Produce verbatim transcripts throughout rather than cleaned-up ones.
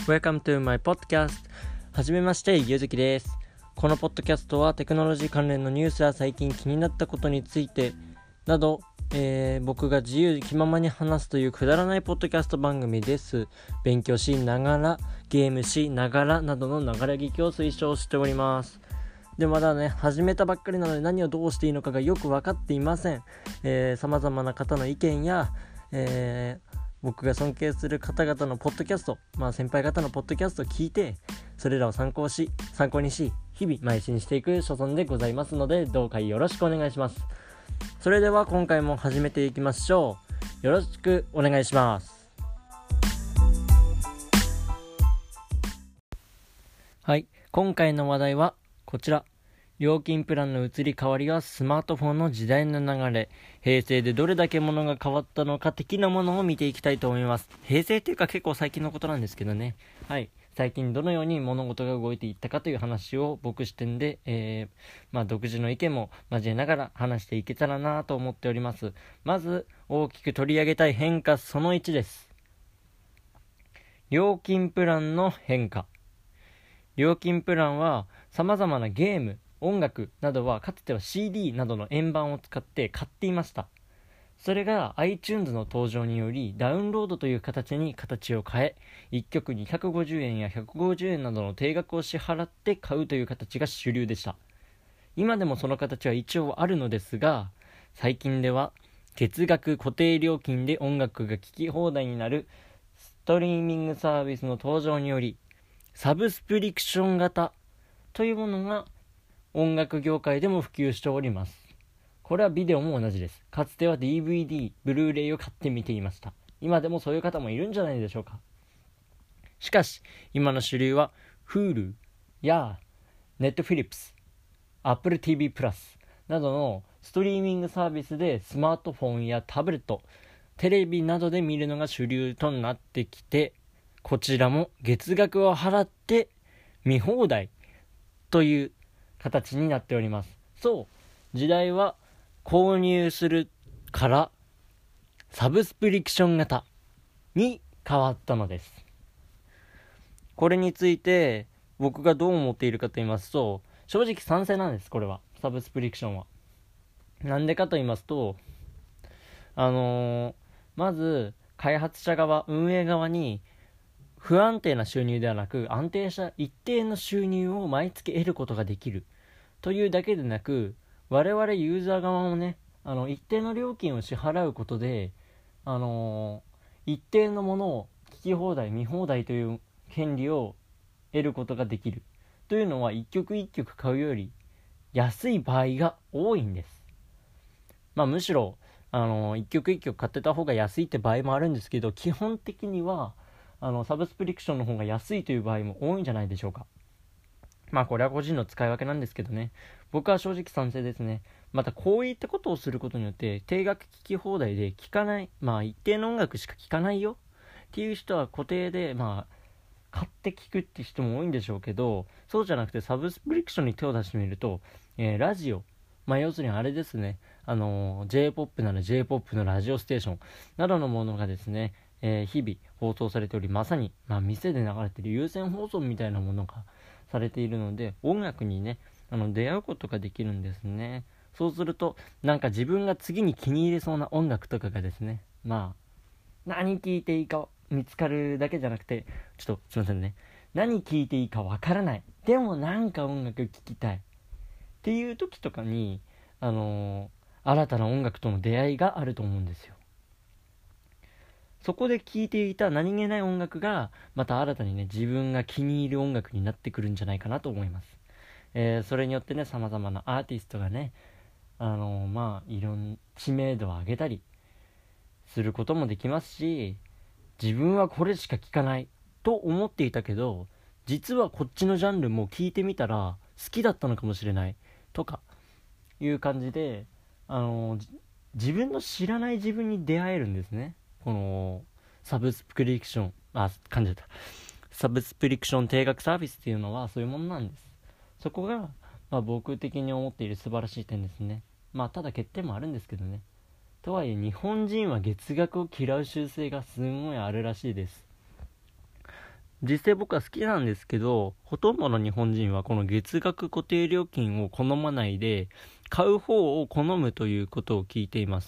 Welcome to my podcast. はじめまして、ゆずきです。このポッドキャストはテクノロジー関連のニュースや最近気になったことについてなど、えー、僕が自由気ままに話すというくだらないポッドキャスト番組です。勉強しながら、ゲームしながらなどのながら聞きを推奨しております。でまだね始めたばっかりなので何をどうしていいのかがよく分かっていません。さまざまな方の意見や、えー、僕が尊敬する方々のポッドキャスト、まあ先輩方のポッドキャストを聞いてそれらを参考し参考にし日々邁進していく所存でございますので、どうかよろしくお願いします。それでは今回も始めていきましょう。よろしくお願いします。はい、今回の話題はこちら。料金プランの移り変わりはスマートフォンの時代の流れ、平成でどれだけものが変わったのか的なものを見ていきたいと思います。平成というか結構最近のことなんですけどね。はい、最近どのように物事が動いていったかという話を僕視点で、えー、まあ独自の意見も交えながら話していけたらなと思っております。まず大きく取り上げたい変化そのいちです。料金プランの変化。料金プランは様々なゲーム、音楽などはかつては シーディー などの円盤を使って買っていました。それが iTunes の登場によりダウンロードという形に形を変え、いっきょくにひゃくごじゅうえんやひゃくごじゅうえんなどの定額を支払って買うという形が主流でした。今でもその形は一応あるのですが、最近では月額固定料金で音楽が聴き放題になるストリーミングサービスの登場によりサブスプリクション型というものが音楽業界でも普及しております。これはビデオも同じです。かつては ディーブイディー、ブルーレイを買って見ていました。今でもそういう方もいるんじゃないでしょうか。しかし今の主流は Hulu や Netflix、Apple ティーブイ プラスなどのストリーミングサービスでスマートフォンやタブレット、テレビなどで見るのが主流となってきて、こちらも月額を払って見放題という形になっております。そう、時代は購入するからサブスプリクション型に変わったのです。これについて僕がどう思っているかと言いますと、正直賛成なんです。これはサブスプリクションはなんでかと言いますと、あのー、まず開発者側、運営側に不安定な収入ではなく安定した一定の収入を毎月得ることができるというだけでなく、我々ユーザー側もね、あの一定の料金を支払うことで、あのー、一定のものを聞き放題見放題という権利を得ることができるというのは一曲一曲買うより安い場合が多いんです。まあむしろあのー、一曲一曲買ってた方が安いって場合もあるんですけど、基本的にはあのサブスプリクションの方が安いという場合も多いんじゃないでしょうか。まあこれは個人の使い分けなんですけどね、僕は正直賛成ですね。またこういったことをすることによって定額聞き放題で聞かない、まあ一定の音楽しか聞かないよっていう人は固定でまあ買って聞くって人も多いんでしょうけど、そうじゃなくてサブスプリクションに手を出してみると、えー、ラジオ、まあ要するにあれですね、あのー、J-ポップ なら J-ポップ のラジオステーションなどのものがですね、えー、日々放送されており、まさに、まあ、店で流れている有線放送みたいなものがされているので、音楽にねあの出会うことができるんですね。そうするとなんか自分が次に気に入れそうな音楽とかがですね、まあ何聴いていいか見つかるだけじゃなくて、ちょっとすいませんね、何聴いていいかわからない、でもなんか音楽聴きたいっていう時とかに、あのー、新たな音楽との出会いがあると思うんですよ。そこで聴いていた何気ない音楽がまた新たにね自分が気に入る音楽になってくるんじゃないかなと思います。えー、それによってね様々なアーティストがね、あのー、まあいろんな知名度を上げたりすることもできますし、自分はこれしか聴かないと思っていたけど実はこっちのジャンルも聴いてみたら好きだったのかもしれないとかいう感じで、あのー、自分の知らない自分に出会えるんですね。このサブスプリクション、あ、噛んじゃった。サブスプリクション定額サービスっていうのはそういうものなんです。そこが、まあ、僕的に思っている素晴らしい点ですね。まあただ欠点もあるんですけどね。とはいえ日本人は月額を嫌う習性がすごいあるらしいです。 実際僕は好きなんですけど、ほとんどの日本人はこの月額固定料金を好まないで、買う方を好むということを聞いています。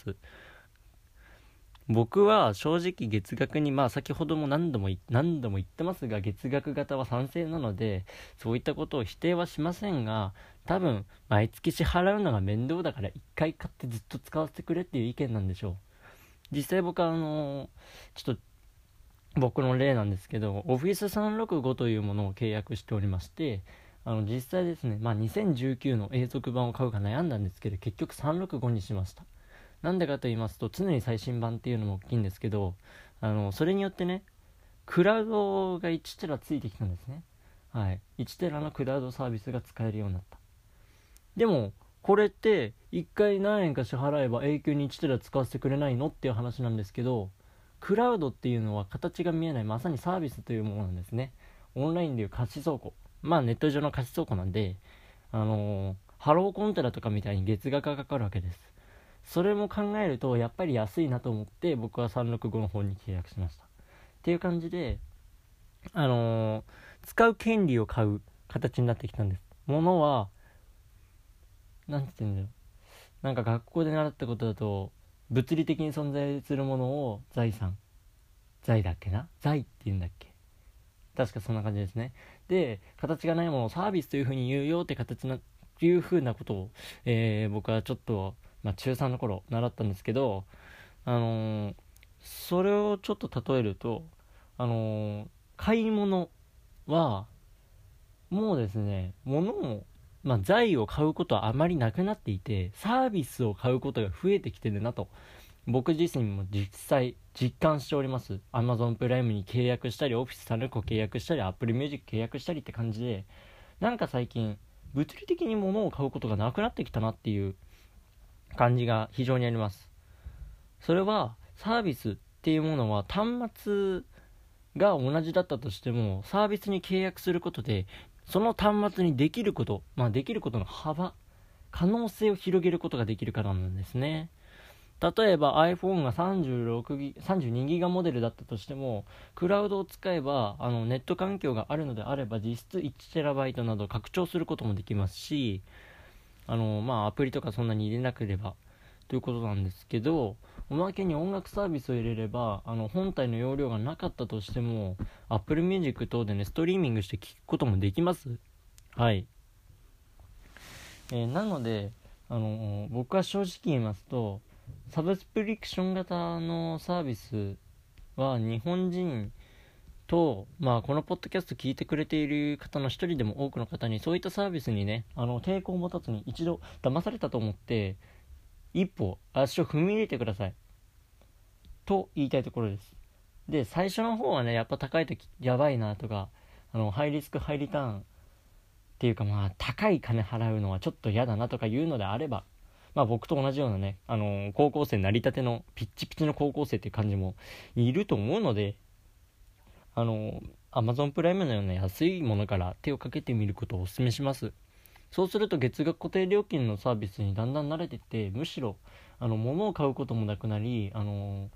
僕は正直月額に、まあ先ほども何度も何度も言ってますが、月額型は賛成なので、そういったことを否定はしませんが、多分毎月支払うのが面倒だから一回買ってずっと使わせてくれっていう意見なんでしょう。実際僕はあのちょっと僕の例なんですけど、オフィスさんろくごというものを契約しておりまして、あの実際ですね、まあ、にせんじゅうきゅうの永続版を買うか悩んだんですけど、結局さんろくごにしました。なんでかと言いますと、常に最新版っていうのも大きいんですけど、あのそれによってね、クラウドがいちテラついてきたんですね。はい、いちテラのクラウドサービスが使えるようになった。でもこれっていっかい何円か支払えば永久にいちテラ使わせてくれないのっていう話なんですけど、クラウドっていうのは形が見えない、まさにサービスというものなんですね。オンラインでいう貸し倉庫、まあネット上の貸し倉庫なんで、あのー、ハローコンテナとかみたいに月額がかかるわけです。それも考えるとやっぱり安いなと思って、僕はさんろくごの方に契約しましたっていう感じで、あのー、使う権利を買う形になってきたんです。ものはなんて言うんだよ、なんか学校で習ったことだと、物理的に存在するものを財産、財だっけな、財って言うんだっけ、確かそんな感じですね。で、形がないものをサービスというふうに言うよって形なっていうふうなことを、えー、僕はちょっと、まあ、中さんの頃習ったんですけど、あのー、それをちょっと例えると、あのー、買い物はもうですね、物を、まあ、財を買うことはあまりなくなっていて、サービスを買うことが増えてきてるなと、僕自身も実際実感しております。 Amazon プライムに契約したり、オフィスさんろくご契約したり、 Apple Music 契約したりって感じで、なんか最近物理的に物を買うことがなくなってきたなっていう感じが非常にあります。それはサービスっていうものは端末が同じだったとしても、サービスに契約することでその端末にできること、まあできることの幅、可能性を広げることができるからなんですね。例えば iPhone がさんじゅうろくギガ、さんじゅうにギガモデルだったとしても、クラウドを使えば、あのネット環境があるのであれば、実質 いちテラバイト など拡張することもできますし、あのまあアプリとかそんなに入れなければということなんですけど、おまけに音楽サービスを入れれば、あの本体の容量がなかったとしても Apple Music 等でね、ストリーミングして聴くこともできます。はい、えー、なので、あのー僕は正直言いますと、サブスプリクション型のサービスは日本人と、まあ、このポッドキャスト聞いてくれている方の一人でも多くの方に、そういったサービスにね、あの抵抗を持たずに一度騙されたと思って一歩足を踏み入れてくださいと言いたいところです。で、最初の方はね、やっぱ高いとやばいなとか、あのハイリスクハイリターンっていうか、まあ高い金払うのはちょっと嫌だなとかいうのであれば、まあ僕と同じようなね、あの高校生、成り立てのピッチピチの高校生っていう感じもいると思うので、あの Amazon プライムのような安いものから手をかけてみることをお勧めします。そうすると月額固定料金のサービスにだんだん慣れていって、むしろあの物を買うこともなくなり、あの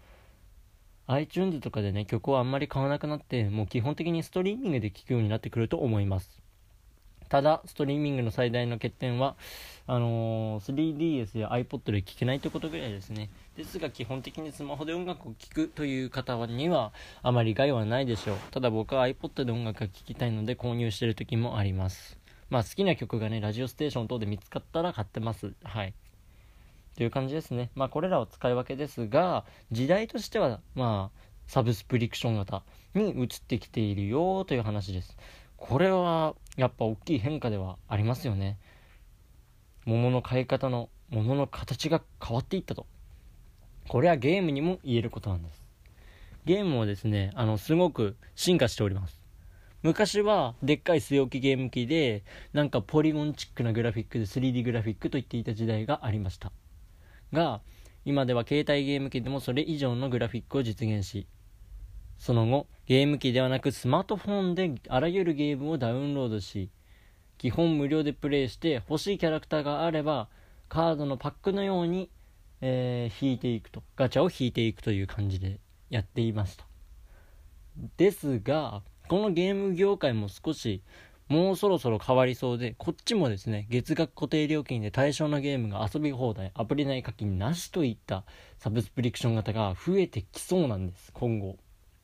iTunes とかでね、曲をあんまり買わなくなって、もう基本的にストリーミングで聴くようになってくると思います。ただストリーミングの最大の欠点はあのー、スリーディーエス や iPod で聴けないということぐらいですね。ですが基本的にスマホで音楽を聴くという方にはあまり害はないでしょう。ただ僕は iPod で音楽が聴きたいので購入している時もあります。まあ好きな曲がね、ラジオステーション等で見つかったら買ってます。はいという感じですね。まあこれらを使い分けですが、時代としてはまあサブスプリクション型に移ってきているよという話です。これはやっぱ大きい変化ではありますよね。物の買い方の物の形が変わっていったと。これはゲームにも言えることなんです。ゲームもですね、あのすごく進化しております。昔はでっかい据え置きゲーム機で、なんかポリゴンチックなグラフィックで スリーディー グラフィックと言っていた時代がありましたが、今では携帯ゲーム機でもそれ以上のグラフィックを実現し、その後ゲーム機ではなくスマートフォンであらゆるゲームをダウンロードし、基本無料でプレイして、欲しいキャラクターがあればカードのパックのように、えー、引いていくと、ガチャを引いていくという感じでやっていました。ですがこのゲーム業界も少しもうそろそろ変わりそうで、こっちもですね、月額固定料金で対象のゲームが遊び放題、アプリ内課金なしといったサブスプリクション型が増えてきそうなんです、今後。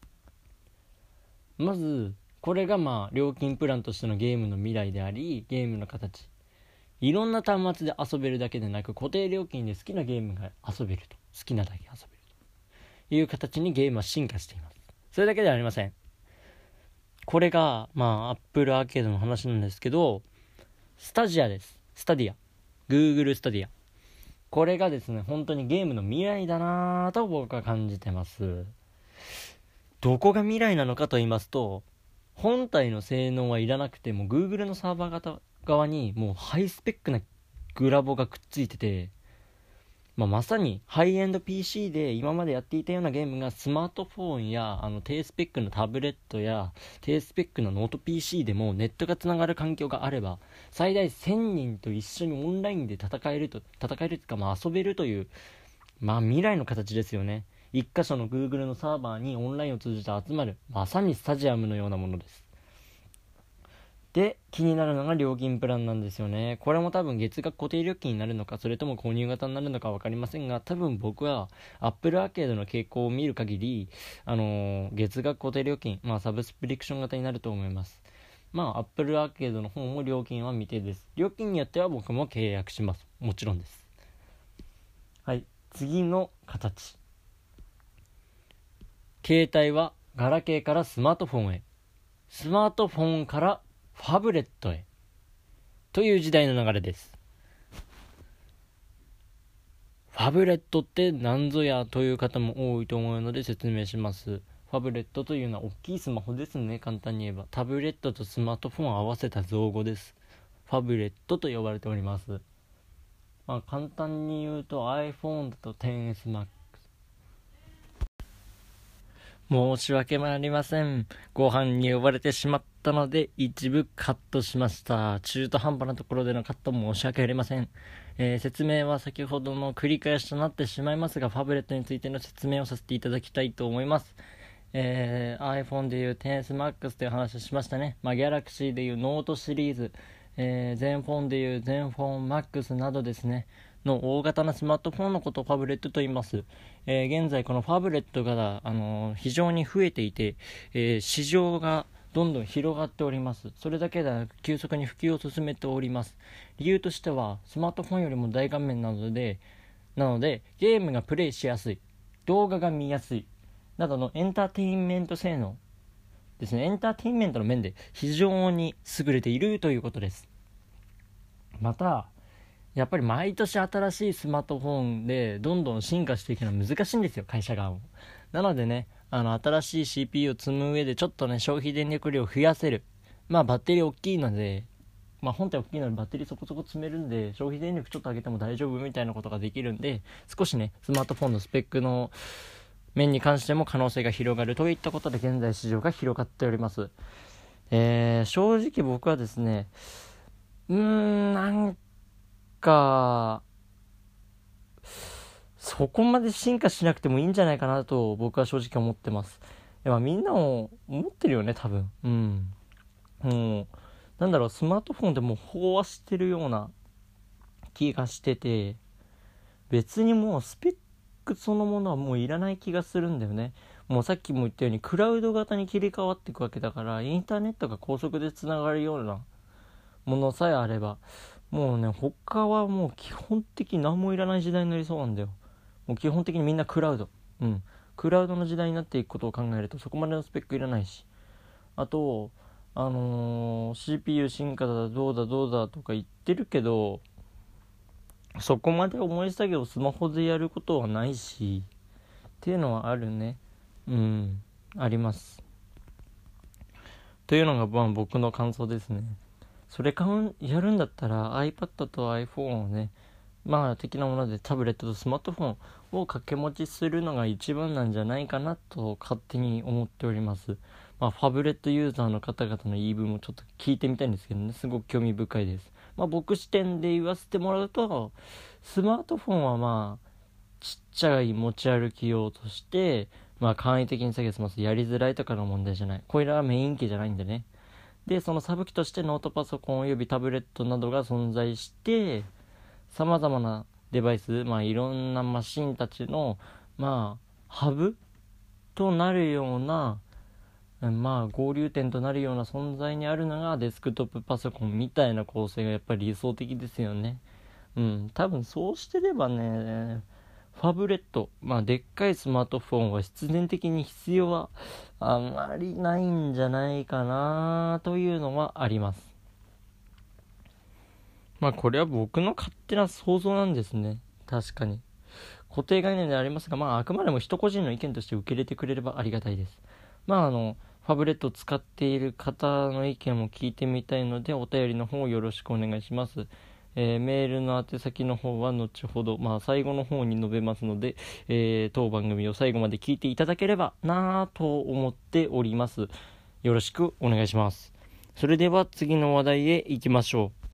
まずこれがまあ料金プランとしてのゲームの未来であり、ゲームの形、いろんな端末で遊べるだけでなく、固定料金で好きなゲームが遊べると、好きなだけ遊べるという形にゲームは進化しています。それだけではありません。これがまあ Apple アーケードの話なんですけど、スタジアです。スタディア、 Google スタディア、これがですね、本当にゲームの未来だなぁと僕は感じてます。どこが未来なのかと言いますと、本体の性能はいらなくても Google のサーバー型側にもうハイスペックなグラボがくっついてて、まあ、まさにハイエンド ピーシー で今までやっていたようなゲームがスマートフォンやあの低スペックのタブレットや低スペックのノート ピーシー でもネットがつながる環境があれば最大せんにんと一緒にオンラインで戦えると戦えるというか、まあ、遊べるという、まあ、未来の形ですよね。一箇所の Google のサーバーにオンラインを通じて集まる、まさにスタジアムのようなものです。で、気になるのが料金プランなんですよね。これも多分月額固定料金になるのか、それとも購入型になるのか分かりませんが、多分僕は Apple アーケードの傾向を見る限り、あのー、月額固定料金、まあサブスプリクション型になると思います。まあ Apple アーケードの方も料金は未定です。料金によっては僕も契約します。もちろんです。はい、次の形。携帯はガラケーからスマートフォンへ、スマートフォンからファブレットへという時代の流れです。ファブレットって何ぞやという方も多いと思うので説明します。ファブレットというのは大きいスマホですね。簡単に言えばタブレットとスマートフォンを合わせた造語です。ファブレットと呼ばれております。まあ、簡単に言うと iPhone だと テンエス Max。申し訳ありません。ご飯に呼ばれてしまったので一部カットしました。中途半端なところでのカット申し訳ありません。えー、説明は先ほどの繰り返しとなってしまいますが、ファブレットについての説明をさせていただきたいと思います。えー、iPhone でいう テンエス Max という話をしましたね。まあ、Galaxy でいうノートシリーズ、えー、Zenfone でいう Zenfone Max などですねの大型なスマートフォンのことをファブレットと言います。えー、現在このファブレットが、あのー、非常に増えていて、えー、市場がどんどん広がっております。それだけでなく急速に普及を進めております。理由としてはスマートフォンよりも大画面なのでなのでゲームがプレイしやすい、動画が見やすいなどのエンターテインメント性能ですね、エンターテインメントの面で非常に優れているということです。またやっぱり毎年新しいスマートフォンでどんどん進化していくのは難しいんですよ、会社側も。なのでね、あの新しい シーピーユー を積む上でちょっとね消費電力量を増やせる、まあバッテリー大きいので、まあ本体大きいのでバッテリーそこそこ積めるんで消費電力ちょっと上げても大丈夫みたいなことができるんで、少しねスマートフォンのスペックの面に関しても可能性が広がるといったことで現在市場が広がっております。えー、正直僕はですねうーんなんかそこまで進化しなくてもいいんじゃないかなと僕は正直思ってます。いやみんなも思ってるよね多分。うんもうなんだろう、スマートフォンでもう飽和してるような気がしてて、別にもうスペックそのものはもういらない気がするんだよね。もうさっきも言ったようにクラウド型に切り替わっていくわけだから、インターネットが高速でつながるようなものさえあればもうね他はもう基本的に何もいらない時代になりそうなんだよ。もう基本的にみんなクラウドうんクラウドの時代になっていくことを考えるとそこまでのスペックいらないし、あとあのー、シーピーユー 進化だどうだどうだとか言ってるけど、そこまで重い作業をスマホでやることはないしっていうのはあるね。うんありますというのがまあ僕の感想ですね。それかやるんだったら iPad と iPhone をねまあ的なものでタブレットとスマートフォンを掛け持ちするのが一番なんじゃないかなと勝手に思っております。まあファブレットユーザーの方々の言い分もちょっと聞いてみたいんですけどね、すごく興味深いです。まあ僕視点で言わせてもらうと、スマートフォンはまあちっちゃい持ち歩き用としてまあ簡易的に作業します。やりづらいとかの問題じゃない。これらはメイン機じゃないんでね。で、そのサブ機としてノートパソコンおよびタブレットなどが存在して、様々なデバイス、まあいろんなマシンたちの、まあ、ハブとなるような、まあ合流点となるような存在にあるのがデスクトップパソコンみたいな構成がやっぱり理想的ですよね。うん、多分そうしてればね、ファブレット、まあでっかいスマートフォンは必然的に必要はあまりないんじゃないかなというのはあります。まあこれは僕の勝手な想像なんですね。確かに固定概念でありますが、まああくまでも一個人の意見として受け入れてくれればありがたいです。まああのファブレットを使っている方の意見も聞いてみたいので、お便りの方よろしくお願いします。えー、メールの宛先の方は後ほど、まあ、最後の方に述べますので、えー、当番組を最後まで聞いていただければなぁと思っております。よろしくお願いします。それでは次の話題へ行きましょう。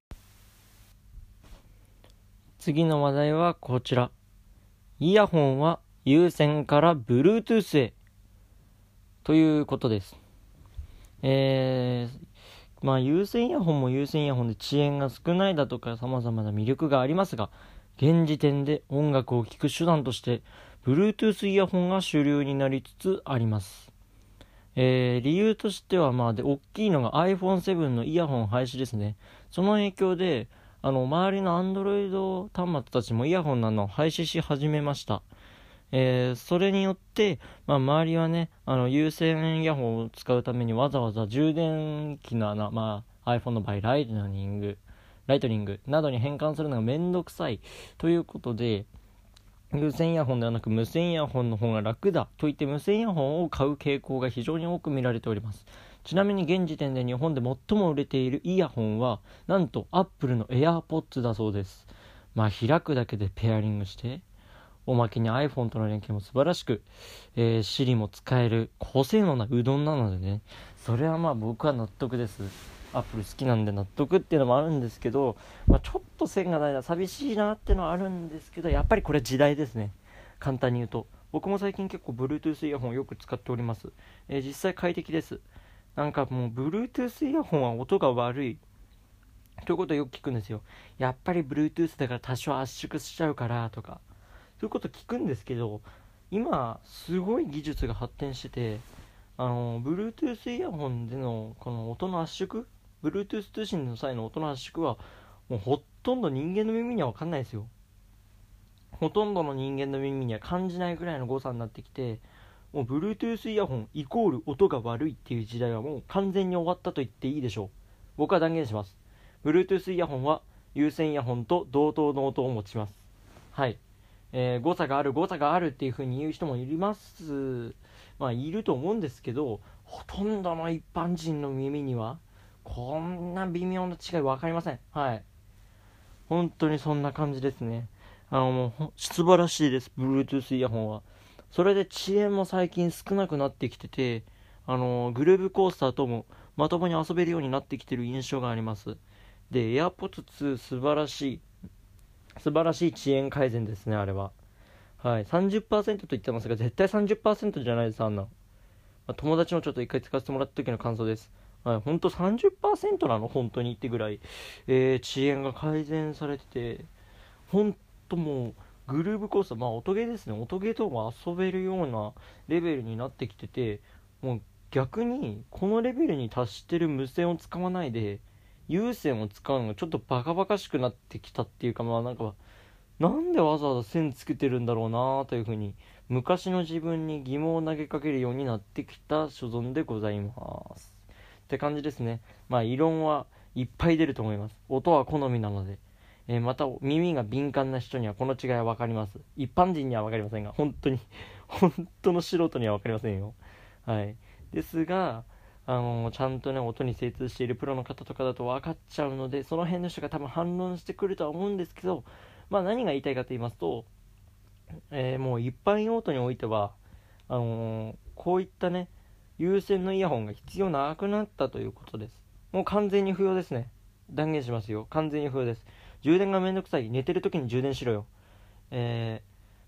次の話題はこちら。イヤホンは有線から Bluetooth へということです。えー、まあ有線イヤホンも有線イヤホンで遅延が少ないだとか様々な魅力がありますが、現時点で音楽を聴く手段として Bluetooth イヤホンが主流になりつつあります。えー、理由としてはまあで大きいのが アイフォンセブン のイヤホン廃止ですね。その影響であの周りの Android 端末たちもイヤホンなのを廃止し始めました。えー、それによって、まあ、周りはね、あの有線イヤホンを使うためにわざわざ充電器の穴、まあ、iPhone の場合ライトニング、ライトニングなどに変換するのがめんどくさいということで、有線イヤホンではなく無線イヤホンの方が楽だと言って無線イヤホンを買う傾向が非常に多く見られております。ちなみに現時点で日本で最も売れているイヤホンはなんと Apple の AirPods だそうです。まあ開くだけでペアリングしておまけに iPhone との連携も素晴らしく、えー、Siri も使える高性能なうどんなのでね、それはまあ僕は納得です。Apple 好きなんで納得っていうのもあるんですけど、まあ、ちょっと線がないな、寂しいなっていうのはあるんですけど、やっぱりこれ時代ですね。簡単に言うと。僕も最近結構 Bluetooth イヤホンをよく使っております。えー、実際快適です。なんかもう Bluetooth イヤホンは音が悪いということをよく聞くんですよ。やっぱり Bluetooth だから多少圧縮しちゃうからとか。そういうこと聞くんですけど、今すごい技術が発展してて、あの Bluetooth イヤホンでのこの音の圧縮、Bluetooth 通信の際の音の圧縮はもうほとんど人間の耳には分かんないですよ。ほとんどの人間の耳には感じないぐらいの誤差になってきて、もう Bluetooth イヤホンイコール音が悪いっていう時代はもう完全に終わったと言っていいでしょう。僕は断言します。Bluetooth イヤホンは有線イヤホンと同等の音を持ちます。はい。えー、誤差がある誤差があるっていう風に言う人もいますまあいると思うんですけど、ほとんどの一般人の耳にはこんな微妙な違い分かりません。はい、本当にそんな感じですね。あのもう素晴らしいです、 Bluetooth イヤホンは。それで遅延も最近少なくなってきてて、あのグルーブコースターともまともに遊べるようになってきてる印象があります。で AirPods ツー素晴らしい素晴らしい遅延改善ですね、あれは。はい、さんじゅっパーセント と言ってますが、絶対 さんじゅっパーセント じゃないです、あんな。まあ、友達のちょっと一回使わせてもらった時の感想です。はい、ほんと さんじゅっパーセント なの本当にってぐらい、えー、遅延が改善されてて、ほんともう、グルーブコースター、まあ音ゲーですね、音ゲーとも遊べるようなレベルになってきてて、もう逆に、このレベルに達してる無線を使わないで、有線を使うのがちょっとバカバカしくなってきたっていうか、まあなんか、なんでわざわざ線つけてるんだろうなというふうに昔の自分に疑問を投げかけるようになってきた所存でございますって感じですね。まあ異論はいっぱい出ると思います。音は好みなので、えー、また耳が敏感な人にはこの違いは分かります。一般人には分かりませんが、本当に本当の素人には分かりませんよ。はいですが、あのー、ちゃんとね音に精通しているプロの方とかだと分かっちゃうので、その辺の人が多分反論してくるとは思うんですけど、まあ何が言いたいかと言いますと、えー、もう一般用途においてはあのー、こういったね有線のイヤホンが必要なくなったということです。もう完全に不要ですね。断言しますよ、完全に不要です。充電がめんどくさい、寝てる時に充電しろよ。え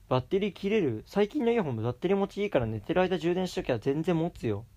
バッテリー切れる。最近のイヤホンもバッテリー持ちいいから寝てる間充電しときゃ全然持つよ。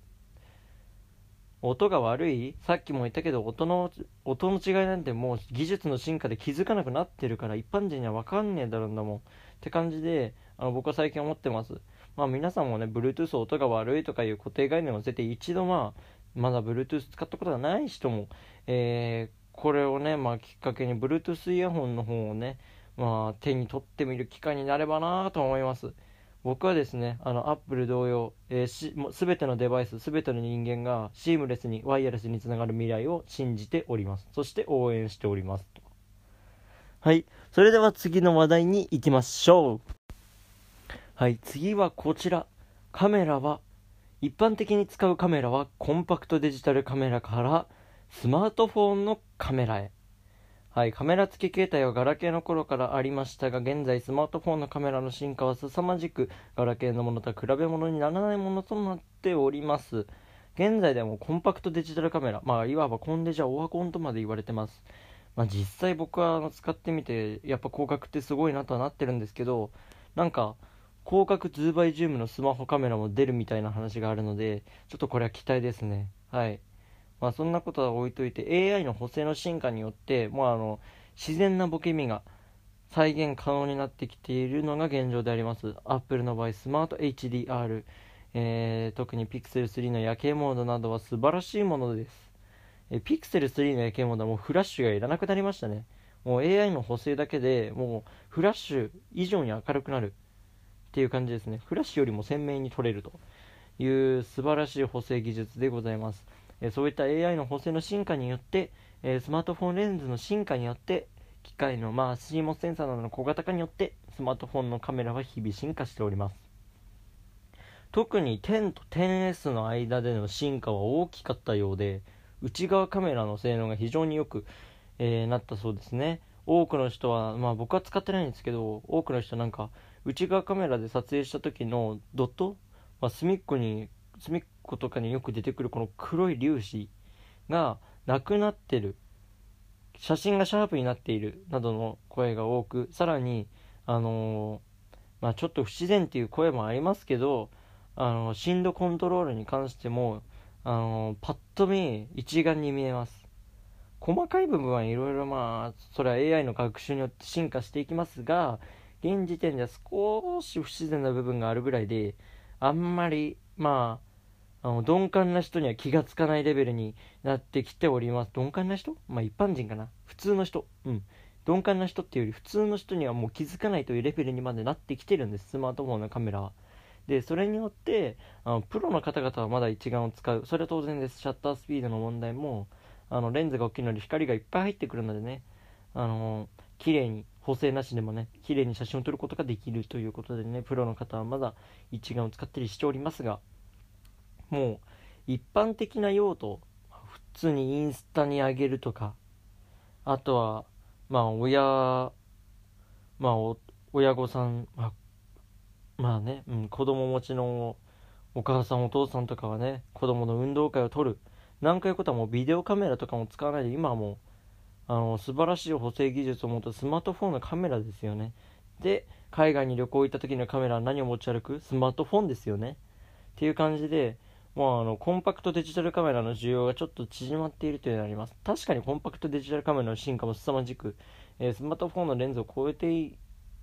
音が悪い？さっきも言ったけど、音の音の違いなんてもう技術の進化で気づかなくなってるから、一般人には分かんねえだろうんだもんって感じで、あの僕は最近思ってます。まあ皆さんもね、 Bluetooth 音が悪いとかいう固定概念を捨てて、一度まあまだ Bluetooth 使ったことがない人も、えーこれをね、まあきっかけに Bluetooth イヤホンの方をね、まあ手に取ってみる機会になればなと思います。僕はですね、あの Apple 同様、えー、しもう全てのデバイス、全ての人間がシームレスにワイヤレスにつながる未来を信じております。そして応援しております。はい、それでは次の話題に行きましょう。はい、次はこちら。カメラは、一般的に使うカメラはコンパクトデジタルカメラからスマートフォンのカメラへ。はい、カメラ付き携帯はガラケーの頃からありましたが、現在スマートフォンのカメラの進化は凄まじく、ガラケーのものとは比べ物にならないものとなっております。現在でもコンパクトデジタルカメラ、まあいわばコンデジャオワコンとまで言われてます。まあ実際僕は使ってみて、やっぱ広角ってすごいなとはなってるんですけど、なんか広角ズーバイジュームのスマホカメラも出るみたいな話があるので、ちょっとこれは期待ですね。はい。まあそんなことは置いといて、 エーアイ の補正の進化によって、もうあの自然なボケ身が再現可能になってきているのが現状であります。 Apple の場合スマート エイチディーアール、えー、特に ピクセルスリー の夜景モードなどは素晴らしいものです。え ピクセルスリー の夜景モードはもうフラッシュがいらなくなりましたね。もう エーアイ の補正だけでもうフラッシュ以上に明るくなるっていう感じですね。フラッシュよりも鮮明に撮れるという素晴らしい補正技術でございます。えそういった エーアイ の補正の進化によって、えスマートフォンレンズの進化によって、機械のまあ シーモス センサーなどの小型化によってスマートフォンのカメラは日々進化しております。特にテンと テンエス の間での進化は大きかったようで、内側カメラの性能が非常に良く、えーなったそうですね。多くの人は、まあ僕は使ってないんですけど、多くの人なんか内側カメラで撮影した時のドット、まあ、隅っこに隅っことかによく出てくるこの黒い粒子がなくなってる、写真がシャープになっているなどの声が多く、さらにあのーまあちょっと不自然っていう声もありますけど、あの振動コントロールに関しても、あのパッと見一眼に見えます。細かい部分はいろいろ、まあそれは エーアイ の学習によって進化していきますが、現時点では少し不自然な部分があるぐらいで、あんまりまああの鈍感な人には気がつかないレベルになってきております。鈍感な人、まあ一般人かな、普通の人、うん鈍感な人っていうより普通の人にはもう気づかないというレベルにまでなってきてるんです、スマートフォンのカメラは。でそれによってあのプロの方々はまだ一眼を使う、それは当然です。シャッタースピードの問題も、あのレンズが大きいので光がいっぱい入ってくるのでね、あの綺麗に補正なしでもね綺麗に写真を撮ることができるということでね、プロの方はまだ一眼を使ったりしておりますが、もう一般的な用途、普通にインスタに上げるとか、あとはまあ親まあお親御さん、まあ、まあね、うん、子供持ちのお母さんお父さんとかはね、子供の運動会を撮るなんかいうことはもうビデオカメラとかも使わないで、今はもうあの素晴らしい補正技術を持ったスマートフォンのカメラですよね。で海外に旅行行った時のカメラは何を持ち歩く？スマートフォンですよねっていう感じで、まあ、あのコンパクトデジタルカメラの需要がちょっと縮まっているというのがあります。確かにコンパクトデジタルカメラの進化も凄まじく、えースマートフォンのレンズを超えて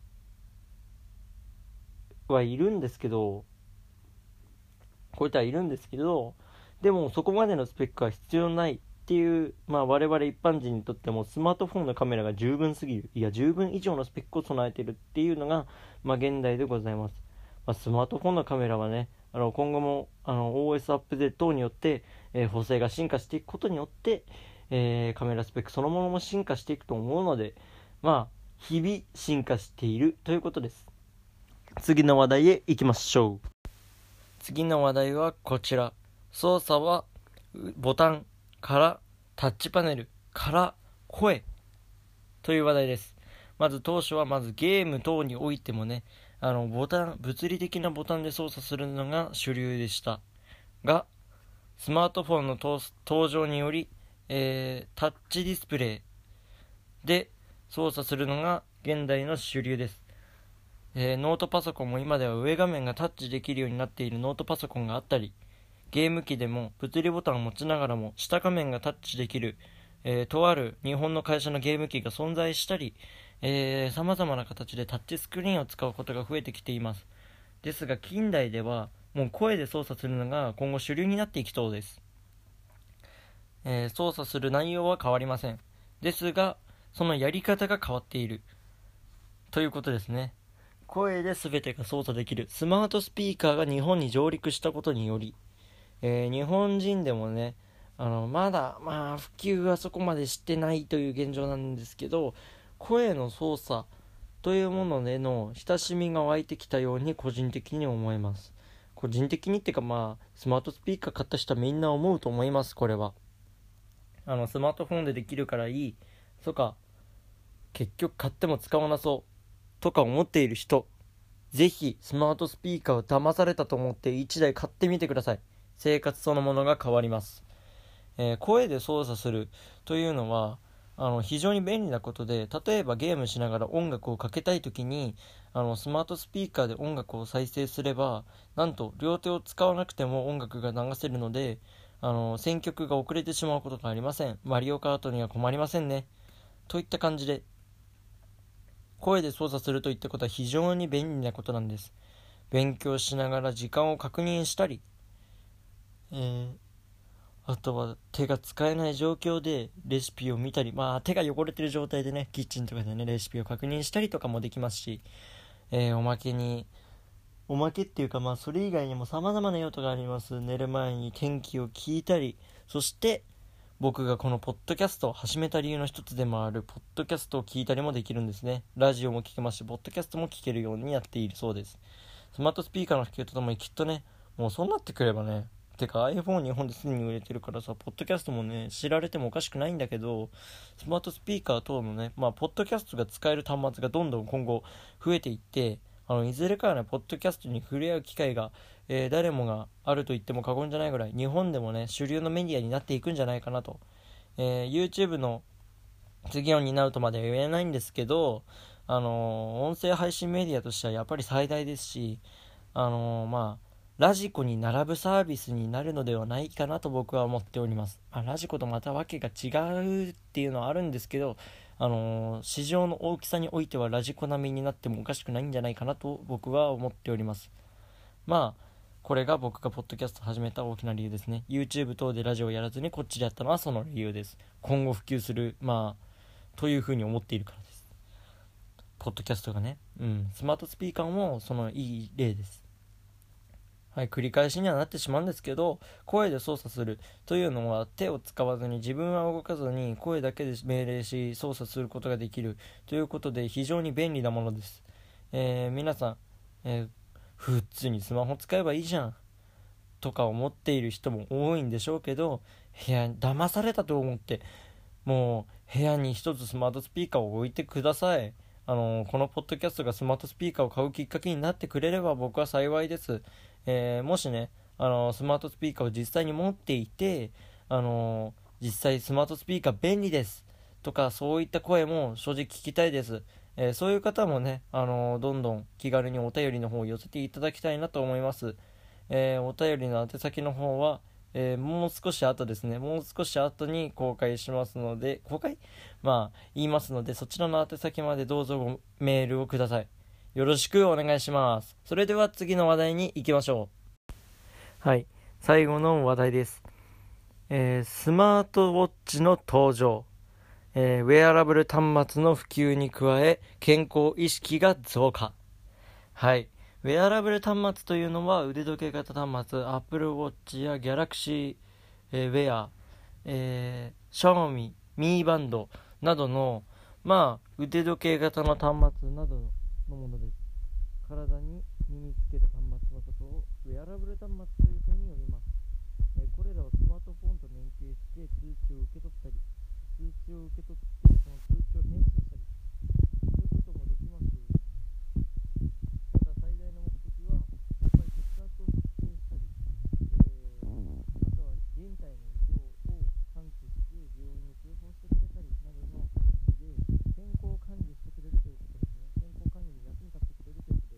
はいるんですけど超えてはいるんですけどでもそこまでのスペックは必要ないっていう、まあ、我々一般人にとってもスマートフォンのカメラが十分すぎる、いや十分以上のスペックを備えているっていうのが、まあ、現代でございます。まあ、スマートフォンのカメラはね、あの今後もあの オーエス アップデート等によって、えー補正が進化していくことによって、えーカメラスペックそのものも進化していくと思うので、まあ日々進化しているということです。次の話題へ行きましょう。次の話題はこちら。操作はボタンからタッチパネルから声という話題です。まず当初はまずゲーム等においてもね、あのボタン物理的なボタンで操作するのが主流でしたが、スマートフォンの登場により、えー、タッチディスプレイで操作するのが現代の主流です。 えーノートパソコンも今では上画面がタッチできるようになっているノートパソコンがあったり、ゲーム機でも物理ボタンを持ちながらも下画面がタッチできる、えーとある日本の会社のゲーム機が存在したり、さまざまな形でタッチスクリーンを使うことが増えてきています。ですが近代ではもう声で操作するのが今後主流になっていきそうです。えー操作する内容は変わりません。ですがそのやり方が変わっているということですね。声で全てが操作できるスマートスピーカーが日本に上陸したことにより、えー日本人でもね、あのまだまあ普及はそこまでしてないという現状なんですけど、声の操作というものでの親しみが湧いてきたように個人的に思います。個人的にっていうか、まあスマートスピーカー買った人はみんな思うと思います。これはあのスマートフォンでできるからいい、そうか、結局買っても使わなそうとか思っている人、ぜひスマートスピーカーを騙されたと思っていちだい買ってみてください。生活そのものが変わります。えー声で操作するというのはあの非常に便利なことで、例えばゲームしながら音楽をかけたいときにあのスマートスピーカーで音楽を再生すれば、なんと両手を使わなくても音楽が流せるので、あの選曲が遅れてしまうことがありません。マリオカートには困りませんね。といった感じで、声で操作するといったことは非常に便利なことなんです。勉強しながら時間を確認したり、えーあとは手が使えない状況でレシピを見たり、まあ手が汚れてる状態でね、キッチンとかでねレシピを確認したりとかもできますし、えーおまけにおまけっていうか、まあそれ以外にも様々な用途があります。寝る前に天気を聞いたり、そして僕がこのポッドキャストを始めた理由の一つでもあるポッドキャストを聞いたりもできるんですね。ラジオも聞けますし、ポッドキャストも聞けるようになっているそうです。スマートスピーカーの普及とともにきっとね、もうそうなってくればね、てか iPhone 日本ですでに売れてるからさ、ポッドキャストもね知られてもおかしくないんだけど、スマートスピーカー等のね、まあポッドキャストが使える端末がどんどん今後増えていって、あのいずれかはねポッドキャストに触れ合う機会が、えー誰もがあると言っても過言じゃないぐらい、日本でもね主流のメディアになっていくんじゃないかなと、えー YouTube の次を担うとまでは言えないんですけど、あのー音声配信メディアとしてはやっぱり最大ですし、あのーまあラジコに並ぶサービスになるのではないかなと僕は思っております。まあ、ラジコとまた訳が違うっていうのはあるんですけど、あのー市場の大きさにおいてはラジコ並みになってもおかしくないんじゃないかなと僕は思っております。まあこれが僕がポッドキャスト始めた大きな理由ですね。 YouTube 等でラジオをやらずにこっちでやったのはその理由です。今後普及する、まあというふうに思っているからです。ポッドキャストがね、うん、スマートスピーカーもそのいい例です。はい、繰り返しにはなってしまうんですけど、声で操作するというのは手を使わずに自分は動かずに声だけで命令し操作することができるということで非常に便利なものです。えー皆さん、えー普通にスマホ使えばいいじゃんとか思っている人も多いんでしょうけど、部屋に騙されたと思ってもう部屋に一つスマートスピーカーを置いてください。あのこのポッドキャストがスマートスピーカーを買うきっかけになってくれれば僕は幸いです。えーもしね、あのスマートスピーカーを実際に持っていて、あの実際スマートスピーカー便利ですとかそういった声も正直聞きたいです。えーそういう方もね、あのどんどん気軽にお便りの方を寄せていただきたいなと思います。えーお便りの宛先の方は、えーもう少し後ですね、もう少し後に公開しますので、公開まあ言いますので、そちらの宛先までどうぞごメールをください。よろしくお願いします。それでは次の話題に行きましょう。はい、最後の話題です。えースマートウォッチの登場、えーウェアラブル端末の普及に加え健康意識が増加。はい、ウェアラブル端末というのは腕時計型端末、Apple Watch や Galaxy、えー、Wear、えー、Xiaomi、Mi バンドなどの、まあ、腕時計型の端末などのものです。体に身につける端末のことをウェアラブル端末というふうに呼びます。えーこれらはスマートフォンと連携して通知を受け取ったり、通知を受け取ってその通知を返信したりということもできます。ただ最大の目的はやっぱり血圧を測定したり、えーあとは人体の異常を感知して病院に通報してくれたりなどの形で健康を管理してくれるということですね。健康管理に役に立ってくれるというこ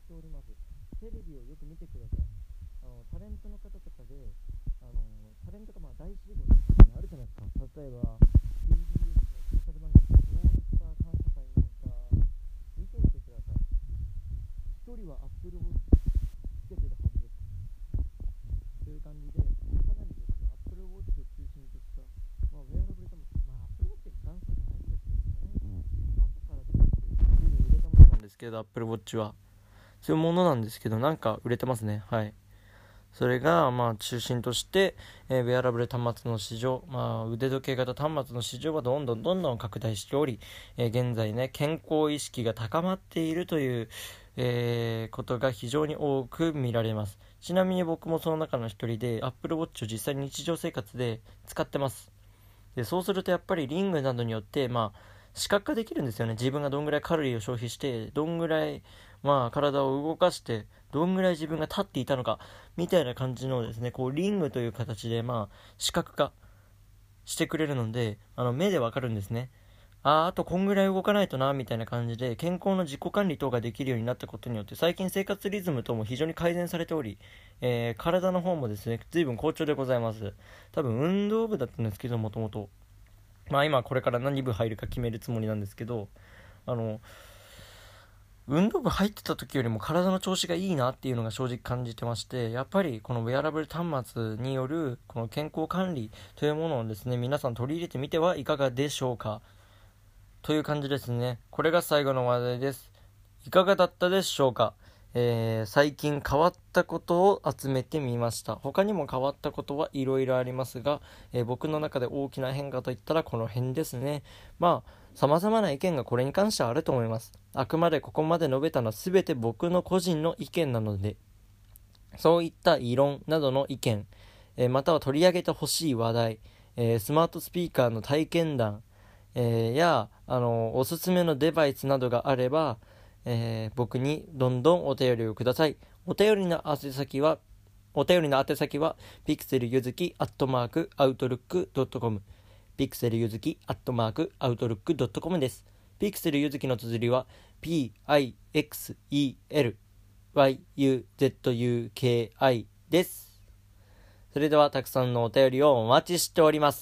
しております。テレビをよく見てください。あのタレントの方とかで、あのタレントがまあ大集合とかあるじゃないですか。例えば ティービーエス のスペシャル番組オールスター感謝祭なんか見てみてください。一人はアップルウォッチつけてるはずです。という感じで、かなりですね、アップルウォッチを中心とした、まあ、ウェアラブルかも、まあ、アップルウォッチが元祖じゃないんですけどね、後から出てきて、随分売れたものなんですけど、アップルウォッチは。そういうものなんですけど、なんか売れてますね。はい。それが、まあ、中心として、えー、ウェアラブル端末の市場、まあ、腕時計型端末の市場はどんどんどんどん拡大しており、えー、現在ね、健康意識が高まっているという、えー、ことが非常に多く見られます。ちなみに僕もその中の一人で Apple Watch を実際に日常生活で使ってます。でそうするとやっぱりリングなどによって、まあ、視覚化できるんですよね。自分がどんぐらいカロリーを消費して、どんぐらい、まあ、体を動かして、どんぐらい自分が立っていたのかみたいな感じのですね、こうリングという形で、まあ、視覚化してくれるので、あの目でわかるんですね。あーあとこんぐらい動かないとなみたいな感じで健康の自己管理等ができるようになったことによって、最近生活リズム等も非常に改善されており、えー、体の方もですね随分好調でございます。多分運動部だったんですけど、もともとまあ今これから何部入るか決めるつもりなんですけど、あの運動部入ってた時よりも体の調子がいいなっていうのが正直感じてまして、やっぱりこのウェアラブル端末によるこの健康管理というものをですね、皆さん取り入れてみてはいかがでしょうかという感じですね。これが最後の話題です。いかがだったでしょうか。えー、最近変わったことを集めてみました。他にも変わったことはいろいろありますが、えー、僕の中で大きな変化といったらこの辺ですね。まあ様々な意見がこれに関してはあると思います。あくまでここまで述べたのは全て僕の個人の意見なので、そういった異論などの意見、えー、または取り上げてほしい話題、えー、スマートスピーカーの体験談、えー、やあのおすすめのデバイスなどがあれば、えー、僕にどんどんお便りをください。お便りの宛先はお便りの宛先はピクセルゆずきアットマークアウトルックドットコム、ピクセルゆずきアットマークアウトルックドットコムです。ピクセルゆずきの綴りは ピーアイエックスイーエルワイユーゼットユーケーアイ です。それではたくさんのお便りをお待ちしております。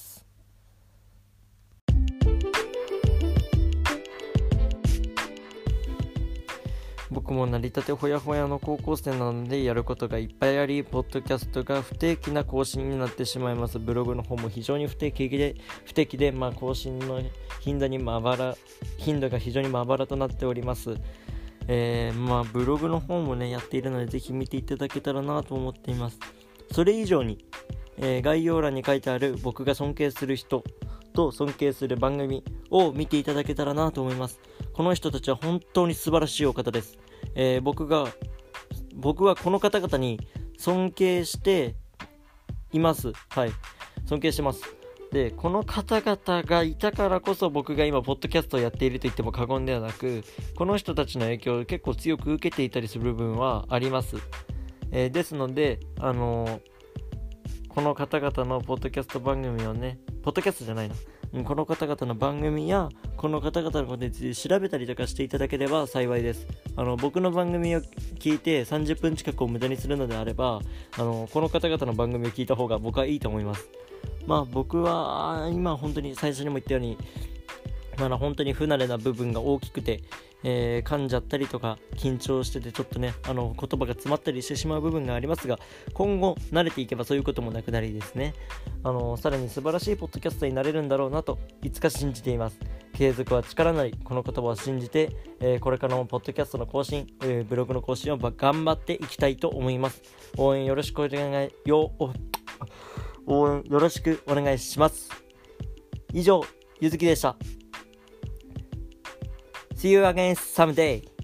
僕も成り立てほやほやの高校生なのでやることがいっぱいあり、ポッドキャストが不定期な更新になってしまいます。ブログの方も非常に不定期で不定期で、まあ、更新の頻度にまばら頻度が非常にまばらとなっております。えー、まあブログの方もねやっているので、ぜひ見ていただけたらなと思っています。それ以上に、えー、概要欄に書いてある僕が尊敬する人と尊敬する番組を見ていただけたらなと思います。この人たちは本当に素晴らしいお方です。えー、僕が僕はこの方々に尊敬しています。はい、尊敬してます。で、この方々がいたからこそ僕が今ポッドキャストをやっていると言っても過言ではなく、この人たちの影響を結構強く受けていたりする部分はあります。えー、ですので、あのー、この方々のポッドキャスト番組をね、ポッドキャストじゃないな、この方々の番組やこの方々のことについて調べたりとかしていただければ幸いです。あの僕の番組を聞いてさんじゅっぷん近くを無駄にするのであれば、あのこの方々の番組を聞いた方が僕はいいと思います。まあ僕は今本当に最初にも言ったように、まだ本当に不慣れな部分が大きくて、えー、噛んじゃったりとか緊張しててちょっとね、あの言葉が詰まったりしてしまう部分がありますが、今後慣れていけばそういうこともなくなりですね、あのさらに素晴らしいポッドキャストになれるんだろうなといつか信じています。継続は力なり、この言葉を信じて、えー、これからもポッドキャストの更新、えー、ブログの更新を頑張っていきたいと思います。応援よろしくお願いよ応援よろしくお願いします。以上、ゆずきでした。See you again someday.